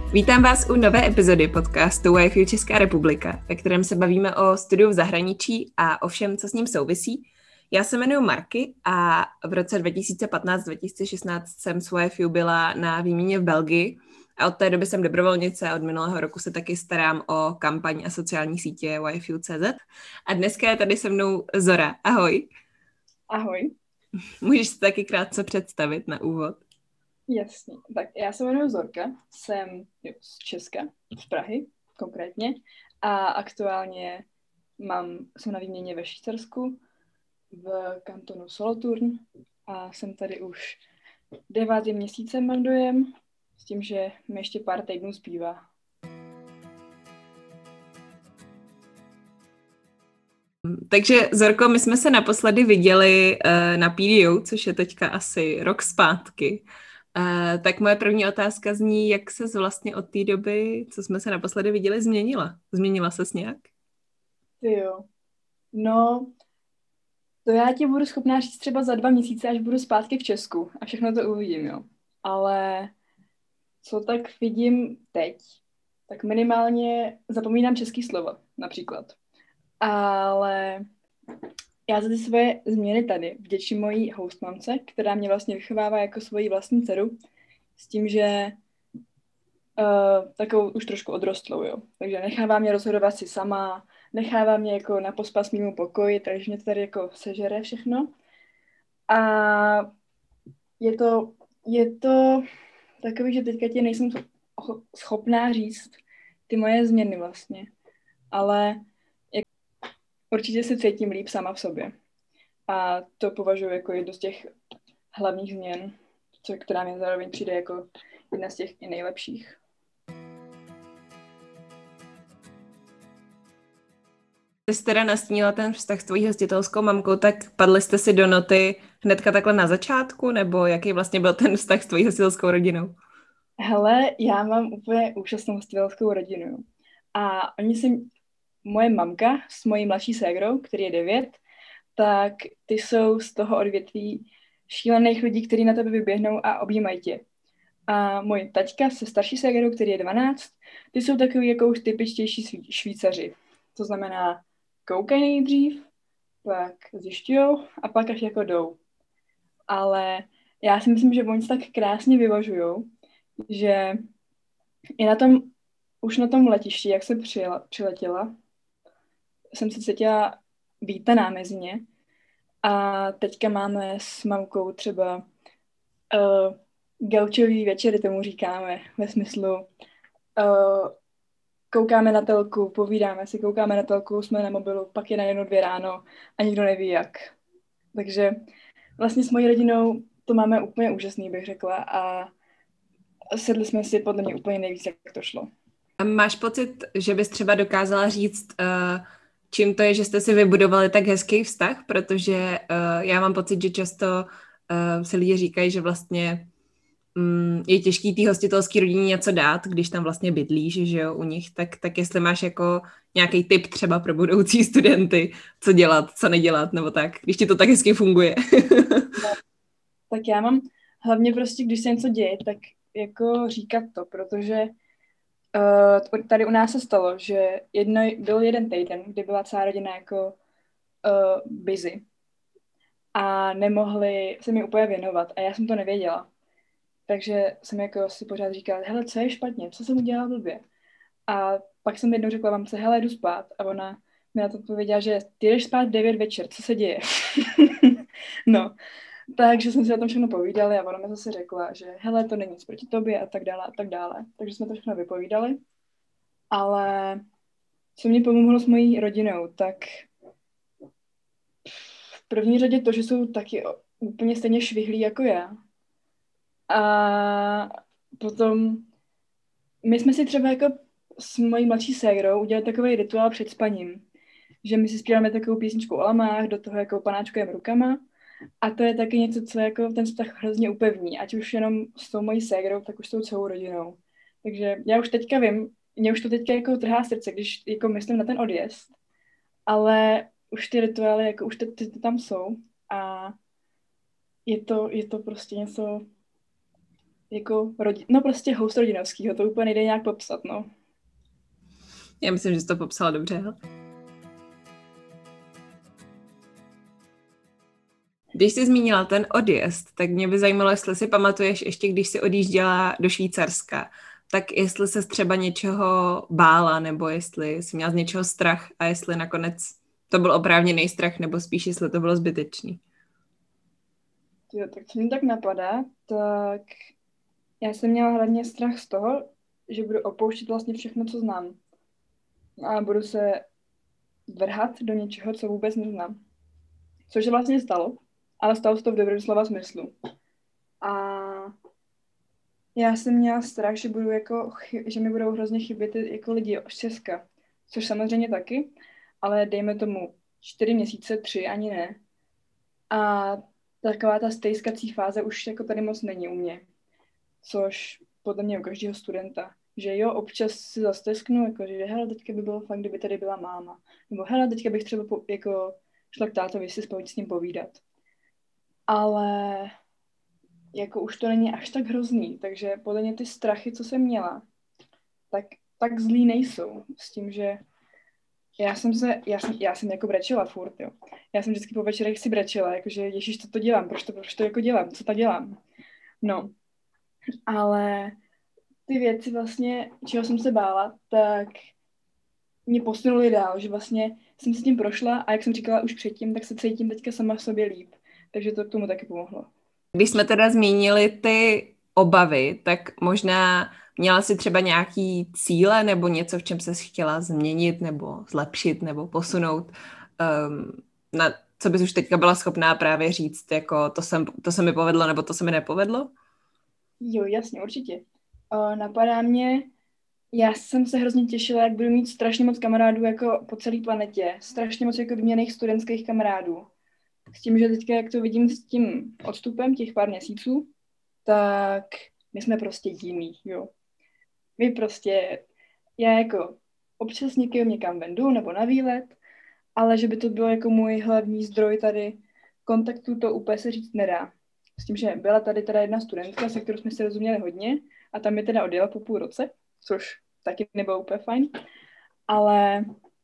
Vítám vás u nové epizody podcastu YFU Česká republika, ve kterém se bavíme o studiu v zahraničí a o všem, co s ním souvisí. Já se jmenuji Marky a v roce 2015-2016 jsem s YFU byla na výměně v Belgii a od té doby jsem dobrovolnice a od minulého roku se taky starám o kampaň a sociální sítě YFU.cz. A dneska je tady se mnou Zora. Ahoj. Ahoj. Můžeš se taky krátce představit na úvod? Jasně. Tak já se jmenuji Zorka, jsem z Česka, z Prahy konkrétně a aktuálně jsem na výměně ve Švýcarsku v kantonu Solothurn a jsem tady už 9. měsícem, mám dojem, s tím, že mi ještě pár týdnů zbývá. Takže Zorko, my jsme se naposledy viděli na PDU, což je teďka asi rok zpátky. Tak moje první otázka zní, jak ses vlastně od té doby, co jsme se naposledy viděli, změnila? Změnila ses nějak? Ty jo. No, to já ti budu schopná říct třeba za 2 měsíce, až budu zpátky v Česku a všechno to uvidím, jo. Ale co tak vidím teď, tak minimálně zapomínám český slova, například. Ale já za ty svoje změny tady vděčím mojí hostmamce, která mě vlastně vychovává jako svoji vlastní dceru, s tím, že takovou už trošku odrostlou, jo. Takže nechává mě rozhodovat si sama, nechává mě jako na pospas mýmu pokoji, takže mě to tady jako sežere všechno. A je to takový, že teďka ti nejsem schopná říct ty moje změny vlastně. Ale určitě se cítím líp sama v sobě. A to považuji jako jednu z těch hlavních změn, která mi zároveň přijde jako jedna z těch i nejlepších. Ty jsi teda nastínila ten vztah s tvojí hostitelskou mamkou, tak padli jste si do noty hnedka takhle na začátku, nebo jaký vlastně byl ten vztah s tvojí hostitelskou rodinou? Hele, já mám úplně úžasnou hostitelskou rodinu. A moje mamka s mojí mladší ségrou, který je 9, tak ty jsou z toho odvětví šílených lidí, kteří na tebe vyběhnou a objímají tě. A můj taťka se starší ségrou, který je 12, ty jsou takový jako už typičtější Švýcaři. To znamená, koukají nejdřív, pak zjišťujou a pak až jako jdou. Ale já si myslím, že oni se tak krásně vyvažujou, že i už na tom letišti, jak jsem přiletěla, jsem se cítila vítaná mezi ně. A teďka máme s mamkou třeba gaučový večery, tomu říkáme, ve smyslu koukáme na telku, povídáme si, koukáme na telku, jsme na mobilu, pak je na 1-2 ráno a nikdo neví jak. Takže vlastně s mojí rodinou to máme úplně úžasný, bych řekla, a sedli jsme si podle mě úplně nejvíc, jak to šlo. Máš pocit, že bys třeba dokázala říct, čím to je, že jste si vybudovali tak hezký vztah? Protože já mám pocit, že často se lidi říkají, že vlastně je těžký té hostitelské rodině něco dát, když tam vlastně bydlíš, že jo, u nich, tak jestli máš jako nějaký tip třeba pro budoucí studenty, co dělat, co nedělat, nebo tak, když ti to tak hezky funguje. Tak já mám hlavně prostě, když se něco děje, tak jako říkat to, protože tady u nás se stalo, že byl jeden týden, kdy byla celá rodina jako busy a nemohli se mi úplně věnovat a já jsem to nevěděla. Takže jsem jako si pořád říkala, hele, co je špatně, co jsem udělala blbě. A pak jsem jednou řekla mamce, hele, jdu spát. A ona mi na to odpověděla, že ty jdeš spát 9 večer, co se děje? No, takže jsme si o tom všechno povídali a ona mi zase řekla, že hele, to není nic proti tobě a tak dále a tak dále. Takže jsme to všechno vypovídali. Ale co mě pomohlo s mojí rodinou, tak v první řadě to, že jsou taky úplně stejně švihlí jako já. A potom my jsme si třeba jako s mojí mladší ségrou udělali takový rituál před spaním, že my si zpíváme takovou písničku o lamách, do toho jako panáčkujeme rukama a to je taky něco, co jako ten vztah hrozně upevní, ať už jenom s tou mojí ségrou, tak už s tou celou rodinou. Takže já už teďka vím, mě už to teďka jako trhá srdce, když jako myslím na ten odjezd, ale už ty rituály, jako už ty tam jsou a je to prostě něco jako no prostě host rodinovskýho, to úplně nejde nějak popsat, no. Já myslím, že jsi to popsala dobře. Když jsi zmínila ten odjezd, tak mě by zajímalo, jestli si pamatuješ ještě, když jsi odjížděla do Švýcarska, tak jestli se třeba něčeho bála, nebo jestli jsi měla z něčeho strach a jestli nakonec to byl oprávněný strach, nebo spíš jestli to bylo zbytečný. Jo, tak co mi tak napadá, tak já jsem měla hlavně strach z toho, že budu opouštět vlastně všechno, co znám. A budu se vrhat do něčeho, co vůbec neznám. Což se vlastně stalo, ale stalo se to v dobrém slova smyslu. A já jsem měla strach, že budu že mi budou hrozně chybět jako lidi z Česka. Což samozřejmě taky, ale dejme tomu 4 měsíce, 3 ani ne. A taková ta stejskací fáze už jako tady moc není u mě. Což podle mě u každého studenta. Že jo, občas si zastesknu, jako, že hele, teďka by bylo fakt, kdyby tady byla máma. Nebo hele, teďka bych třeba jako šla k tátovi si spojit s ním povídat. Ale jako už to není až tak hrozný, takže podle mě ty strachy, co jsem měla, tak zlý nejsou. S tím, že já jsem jako brečela furt, jo. Já jsem vždycky po večerech si brečela, jakože ježiš, to dělám, proč to jako dělám, co to dělám. No, ale ty věci vlastně, čeho jsem se bála, tak mě posunuly dál, že vlastně jsem se tím prošla a jak jsem říkala už předtím, tak se cítím teďka sama v sobě líp. Takže to k tomu taky pomohlo. Když jsme teda zmínili ty obavy, tak možná měla jsi třeba nějaký cíle nebo něco, v čem ses chtěla změnit nebo zlepšit nebo posunout, na co bys už teďka byla schopná právě říct, jako to se mi povedlo nebo to se mi nepovedlo? Jo, jasně, určitě. Napadá mě, já jsem se hrozně těšila, jak budu mít strašně moc kamarádů jako po celé planetě, strašně moc jako vyměnných studentských kamarádů. S tím, že teďka, jak to vidím s tím odstupem těch pár měsíců, tak my jsme prostě jiný, jo. My prostě, já jako občas někam vendu nebo na výlet, ale že by to bylo jako můj hlavní zdroj tady kontaktu, to úplně se říct nedá. S tím, že byla tady teda jedna studentka, se kterou jsme se rozuměli hodně a tam mi teda odjela po půl roce, což taky nebylo úplně fajn, ale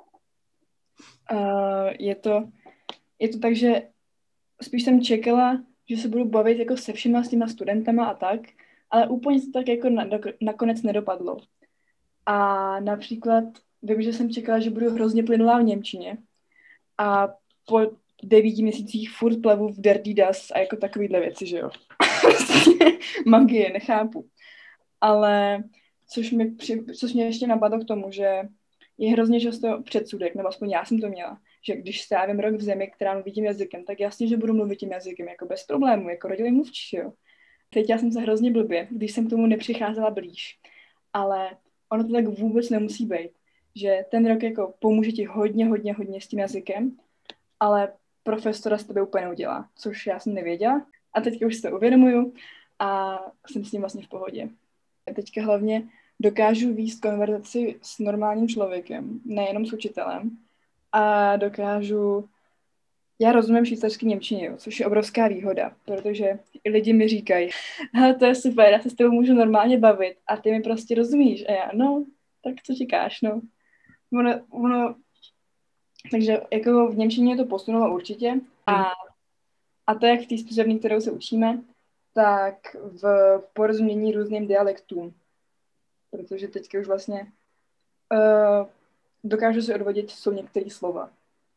je to tak, že spíš jsem čekala, že se budu bavit jako se všema s těma studentama a tak, ale úplně to tak jako nakonec nedopadlo. A například vím, že jsem čekala, že budu hrozně plynulá v němčině a po 9 měsících furt plavu v Dirty Das a jako takovýhle věci, že jo. Magie, nechápu. Ale což mě ještě napadlo k tomu, že je hrozně často předsudek, nebo aspoň já jsem to měla, že když strávím rok v zemi, která mluví tím jazykem, tak jasně, že budu mluvit tím jazykem, jako bez problémů, jako rodilý mluvčí, jo. Teď já jsem se hrozně blbě, když jsem k tomu nepřicházela blíž. Ale ono to tak vůbec nemusí být, že ten rok jako pomůže ti hodně s tím jazykem, ale profesora z tebe úplně neudělá, což já jsem nevěděla a teďka už si to uvědomuju a jsem s ním vlastně v pohodě. Teďka hlavně dokážu vést konverzaci s normálním člověkem, nejenom s učitelem a já rozumím švýcarský němčině, což je obrovská výhoda, protože i lidi mi říkají, hele, to je super, já se s tebou můžu normálně bavit a ty mi prostě rozumíš. A já, no, tak co čekáš, no. Takže jako v němčině to posunulo určitě a to jak v té služební, kterou se učíme, tak v porozumění různým dialektům. Protože teďka už vlastně dokážu si odvodit, co jsou některé slova.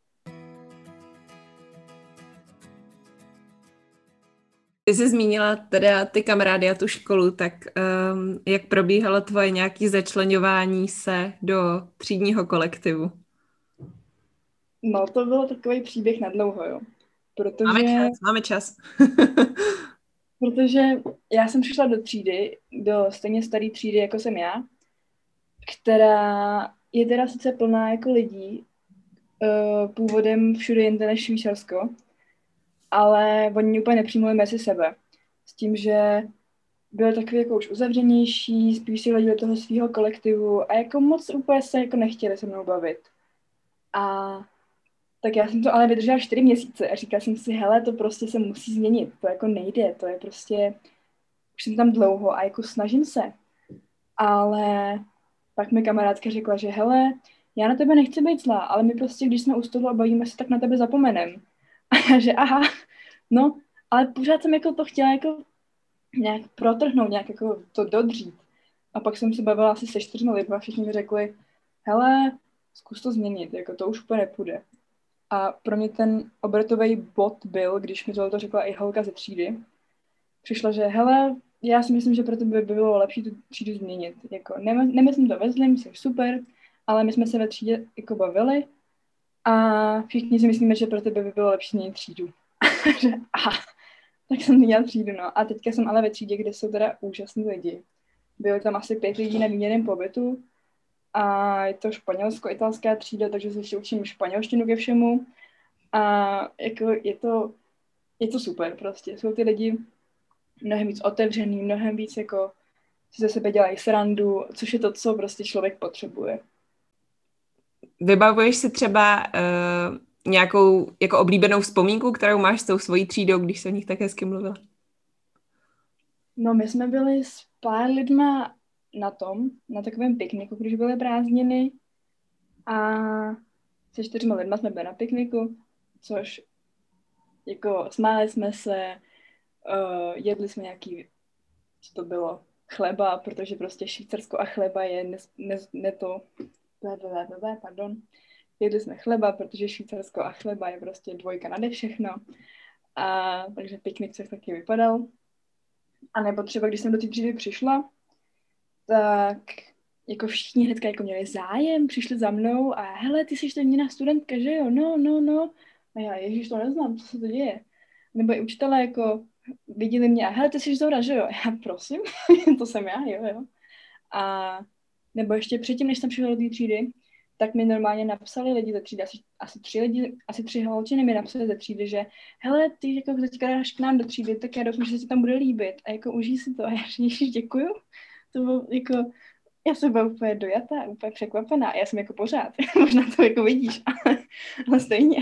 Ty jsi zmínila teda ty kamarády a tu školu, tak jak probíhalo tvoje nějaké začleňování se do třídního kolektivu? No, to byl takový příběh na dlouho, jo. Máme čas. Protože já jsem přišla do třídy, do stejně staré třídy, jako jsem já, která je teda sice plná jako lidí, původem všude jinde než Švýcarsko, ale oni úplně nepřijmuli mezi sebe. S tím, že byli takový jako už uzavřenější, spíš si hledili toho svého kolektivu a jako moc úplně se jako nechtěli se mnou bavit. A tak já jsem to ale vydržela 4 měsíce a říkala jsem si, hele, to prostě se musí změnit, to jako nejde, to je prostě, už jsem tam dlouho a jako snažím se. Ale pak mi kamarádka řekla, že hele, já na tebe nechci být zlá, ale my prostě, když jsme u stolu a bavíme se, tak na tebe zapomenem. A já, že aha, no, ale pořád jsem jako to chtěla jako nějak protrhnout, nějak jako to dodřít. A pak jsem se bavila asi se 4 lidmi a všichni mi řekli, hele, zkus to změnit, jako to už úplně nepůjde. A pro mě ten obratový bod byl, když mi to řekla i holka ze třídy, přišla, že hele, já si myslím, že pro tebe by bylo lepší tu třídu změnit. Jako, nemyslím to ve zlým, jsi super, ale my jsme se ve třídě jako bavili a všichni si myslíme, že pro tebe by bylo lepší změnit třídu. Aha, tak jsem změnila třídu, no. A teďka jsem ale ve třídě, kde jsou teda úžasní lidi. Bylo tam asi 5 lidí na výměnném pobytu a je to španělsko-italská třída, takže se ještě učím španělštinu ke všemu. A jako je to super prostě. Jsou ty lidi mnohem víc otevřený, mnohem víc jako si ze sebe dělají srandu, což je to, co prostě člověk potřebuje. Vybavuješ si třeba nějakou jako oblíbenou vzpomínku, kterou máš s tou svojí třídou, když se o nich tak hezky mluvila? No, my jsme byli s pár lidma na takovém pikniku, když byly prázdniny a se 4 lidma jsme byli na pikniku, což jako smáli jsme se, jedli jsme nějaký, co to bylo, chleba, protože prostě Švýcarsko a chleba je pardon. Jedli jsme chleba, protože Švýcarsko a chleba je prostě dvojka nade všechno. A takže piknik se taky vypadal. A nebo třeba, když jsem do té třídy přišla, tak jako všichni hnedka jako měli zájem, přišli za mnou a hele, ty jsi měna studentka, že jo? No. A já, ježiš, to neznám, co se to děje. Nebo i učitelé jako viděli mě a hele, ty jsi Zora, že jo? Já, prosím, to jsem já, jo. A nebo ještě předtím, než jsem přišla do té třídy, tak mi normálně napsali lidi ze třídy, asi 3 holčiny mi napsali ze třídy, že hele, ty jako teďka dáš k nám do třídy, tak já doufám, že se ti tam bude líbit a jako užij si to. A já ježiš, děkuju. To bylo jako, já jsem byla úplně dojatá, úplně překvapená. Já jsem jako pořád, možná to jako vidíš, ale stejně.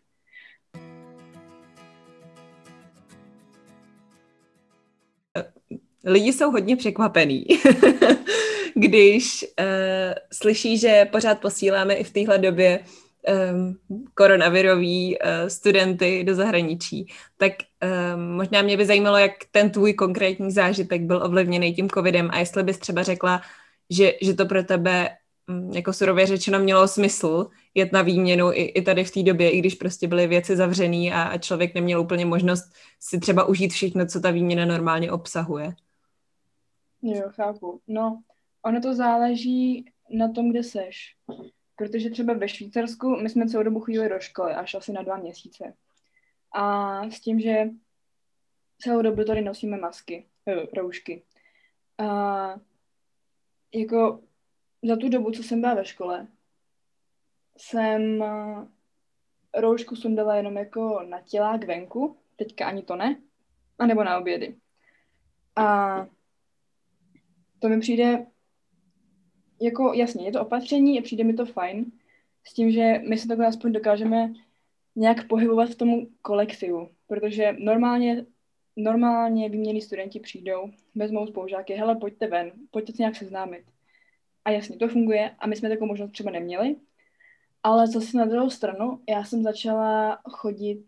Lidi jsou hodně překvapení, když slyší, že pořád posíláme i v téhle době koronavirový studenty do zahraničí. Tak možná mě by zajímalo, jak ten tvůj konkrétní zážitek byl ovlivněný tím covidem a jestli bys třeba řekla, že to pro tebe jako surově řečeno mělo smysl jet na výměnu i tady v té době, i když prostě byly věci zavřený a člověk neměl úplně možnost si třeba užít všechno, co ta výměna normálně obsahuje. Jo, chápu. No, ono to záleží na tom, kde seš. Protože třeba ve Švýcarsku my jsme celou dobu chodili do školy, až asi na 2 měsíce. A s tím, že celou dobu tady nosíme masky, roušky. A jako za tu dobu, co jsem byla ve škole, jsem roušku sundala jenom jako na tělák venku, teďka ani to ne, anebo na obědy. A to mi přijde jako jasně, je to opatření a přijde mi to fajn, s tím, že my se takhle aspoň dokážeme nějak pohybovat v tomu kolektivu, protože normálně výměnní studenti přijdou, vezmou spolužáky, hele, pojďte ven, pojďte se nějak seznámit. A jasně, to funguje a my jsme takovou možnost třeba neměli, ale zase na druhou stranu, já jsem začala chodit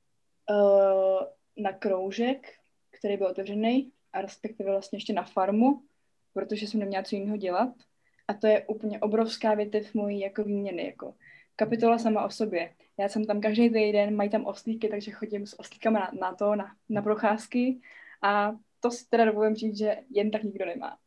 na kroužek, který byl otevřený, a respektive vlastně ještě na farmu, protože jsem neměla co jiného dělat. A to je úplně obrovská větev mojí jako výměny, jako kapitola sama o sobě. Já jsem tam každý týden, mají tam oslíky, takže chodím s oslíkama na procházky a to si teda dovolím říct, že jen tak nikdo nemá.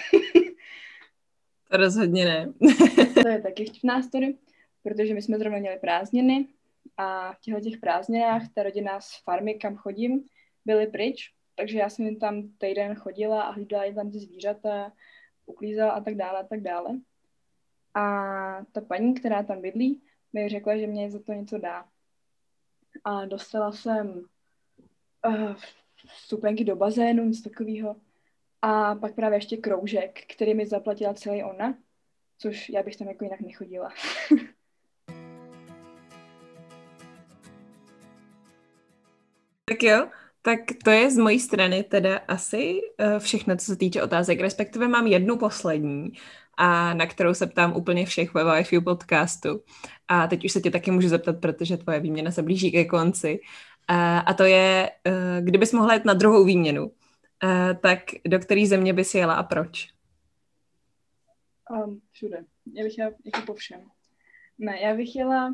To rozhodně ne. To je taky vtipná story, protože my jsme zrovna měli prázdniny a v těchto těch prázdninách ta rodina z farmy, kam chodím, byly pryč, takže já jsem tam týden chodila a hlídala tam ty zvířata, uklízela a tak dále a tak dále. A ta paní, která tam bydlí, mi řekla, že mě za to něco dá. A dostala jsem vstupenky do bazénu, něco takového. A pak právě ještě kroužek, který mi zaplatila celý ona, což já bych tam jako jinak nechodila. Tak jo, Tak to je z mojí strany teda asi všechno, co se týče otázek. Respektive mám jednu poslední, a na kterou se ptám úplně všech ve Wi-Fi podcastu. A teď už se tě taky můžu zeptat, protože tvoje výměna se blíží ke konci. A to je, kdybys mohla jít na druhou výměnu, tak do které země bys jela a proč? Všude. Já bych jela jako po všem. Ne, já bych jela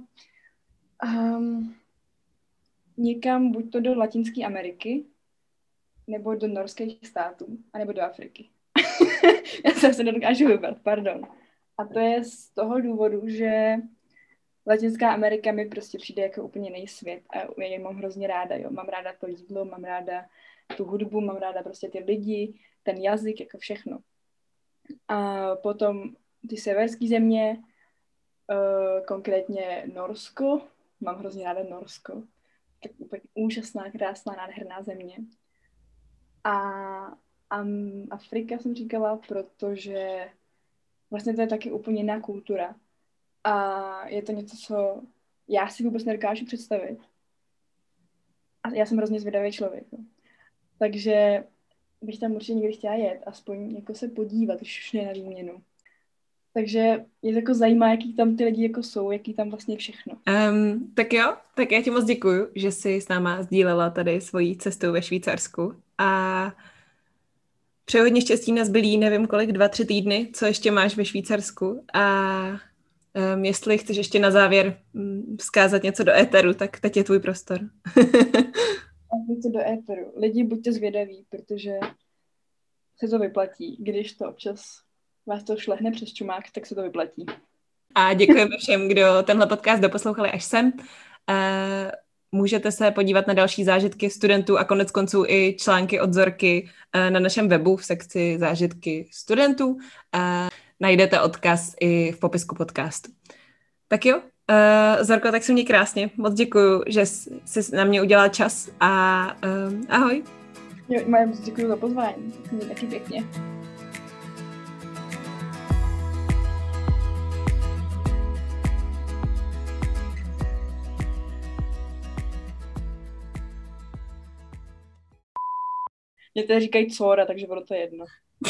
někam buď to do Latinské Ameriky, nebo do norských států, anebo do Afriky. Já se nedokážu vybrat, pardon. A to je z toho důvodu, že Latinská Amerika mi prostě přijde jako úplně jiný svět a já ji mám hrozně ráda, jo. Mám ráda to jídlo, mám ráda tu hudbu, mám ráda prostě ty lidi, ten jazyk, jako všechno. A potom ty severské země, konkrétně Norsko, mám hrozně ráda Norsko. Tak úplně úžasná, krásná, nádherná země. A Afrika jsem říkala, protože vlastně to je taky úplně jiná kultura. A je to něco, co já si vůbec nedokážu představit. A já jsem hrozně zvědavý člověk. Takže bych tam určitě někdy chtěla jet, aspoň jako se podívat, když už ne na výměnu. Takže je to jako zajímá, jaký tam ty lidi jako jsou, jaký tam vlastně všechno. Tak jo, tak já ti moc děkuju, že jsi s náma sdílela tady svoji cestu ve Švýcarsku a přeji hodně štěstí na zbylý, nevím kolik, 2-3 týdny, co ještě máš ve Švýcarsku a jestli chceš ještě na závěr vzkázat něco do éteru, tak teď je tvůj prostor. Něco do éteru. Lidi, buďte zvědaví, protože se to vyplatí. Když to občas vás to šlehne přes čumák, tak se to vyplatí. A děkujeme všem, kdo tenhle podcast doposlouchali až sem. Můžete se podívat na další zážitky studentů a konec konců i články od Zorky na našem webu v sekci zážitky studentů. Najdete odkaz i v popisku podcastu. Tak jo, Zorko, tak se mě krásně. Moc děkuju, že jsi na mě udělal čas a ahoj. Jo, Maja, moc děkuju za pozvání. Mě taky pěkně. Mě tady říkají Córa, takže bylo to jedno.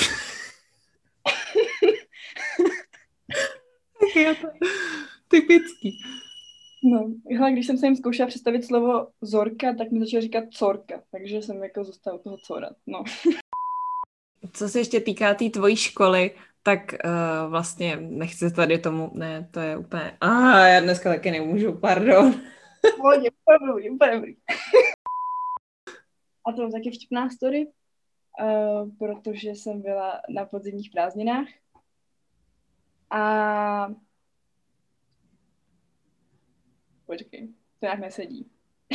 Tak je to typický. No, hele, když jsem se jim zkoušela představit slovo Zorka, tak mi začala říkat Corka, takže jsem jako zůstala u toho Córa, no. Co se ještě týká té tvojí školy, tak vlastně nechci tady tomu, ne, to je úplně, já dneska taky nemůžu, pardon. Úplně. A to taky vtipná story, protože jsem byla na podzimních prázdninách a počkej, to nějak nesedí.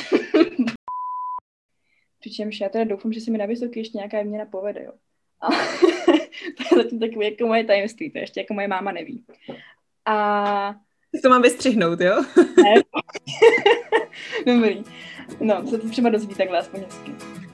Přičemž já teda doufám, že se mi na vysoký ještě nějaká výměna povede, jo. A to je zatím takový jako moje tajemství, to ještě jako moje máma neví. A to mám vystřihnout, jo? Ne. Dobrý. No, se to třeba dozví takhle aspoň hezky.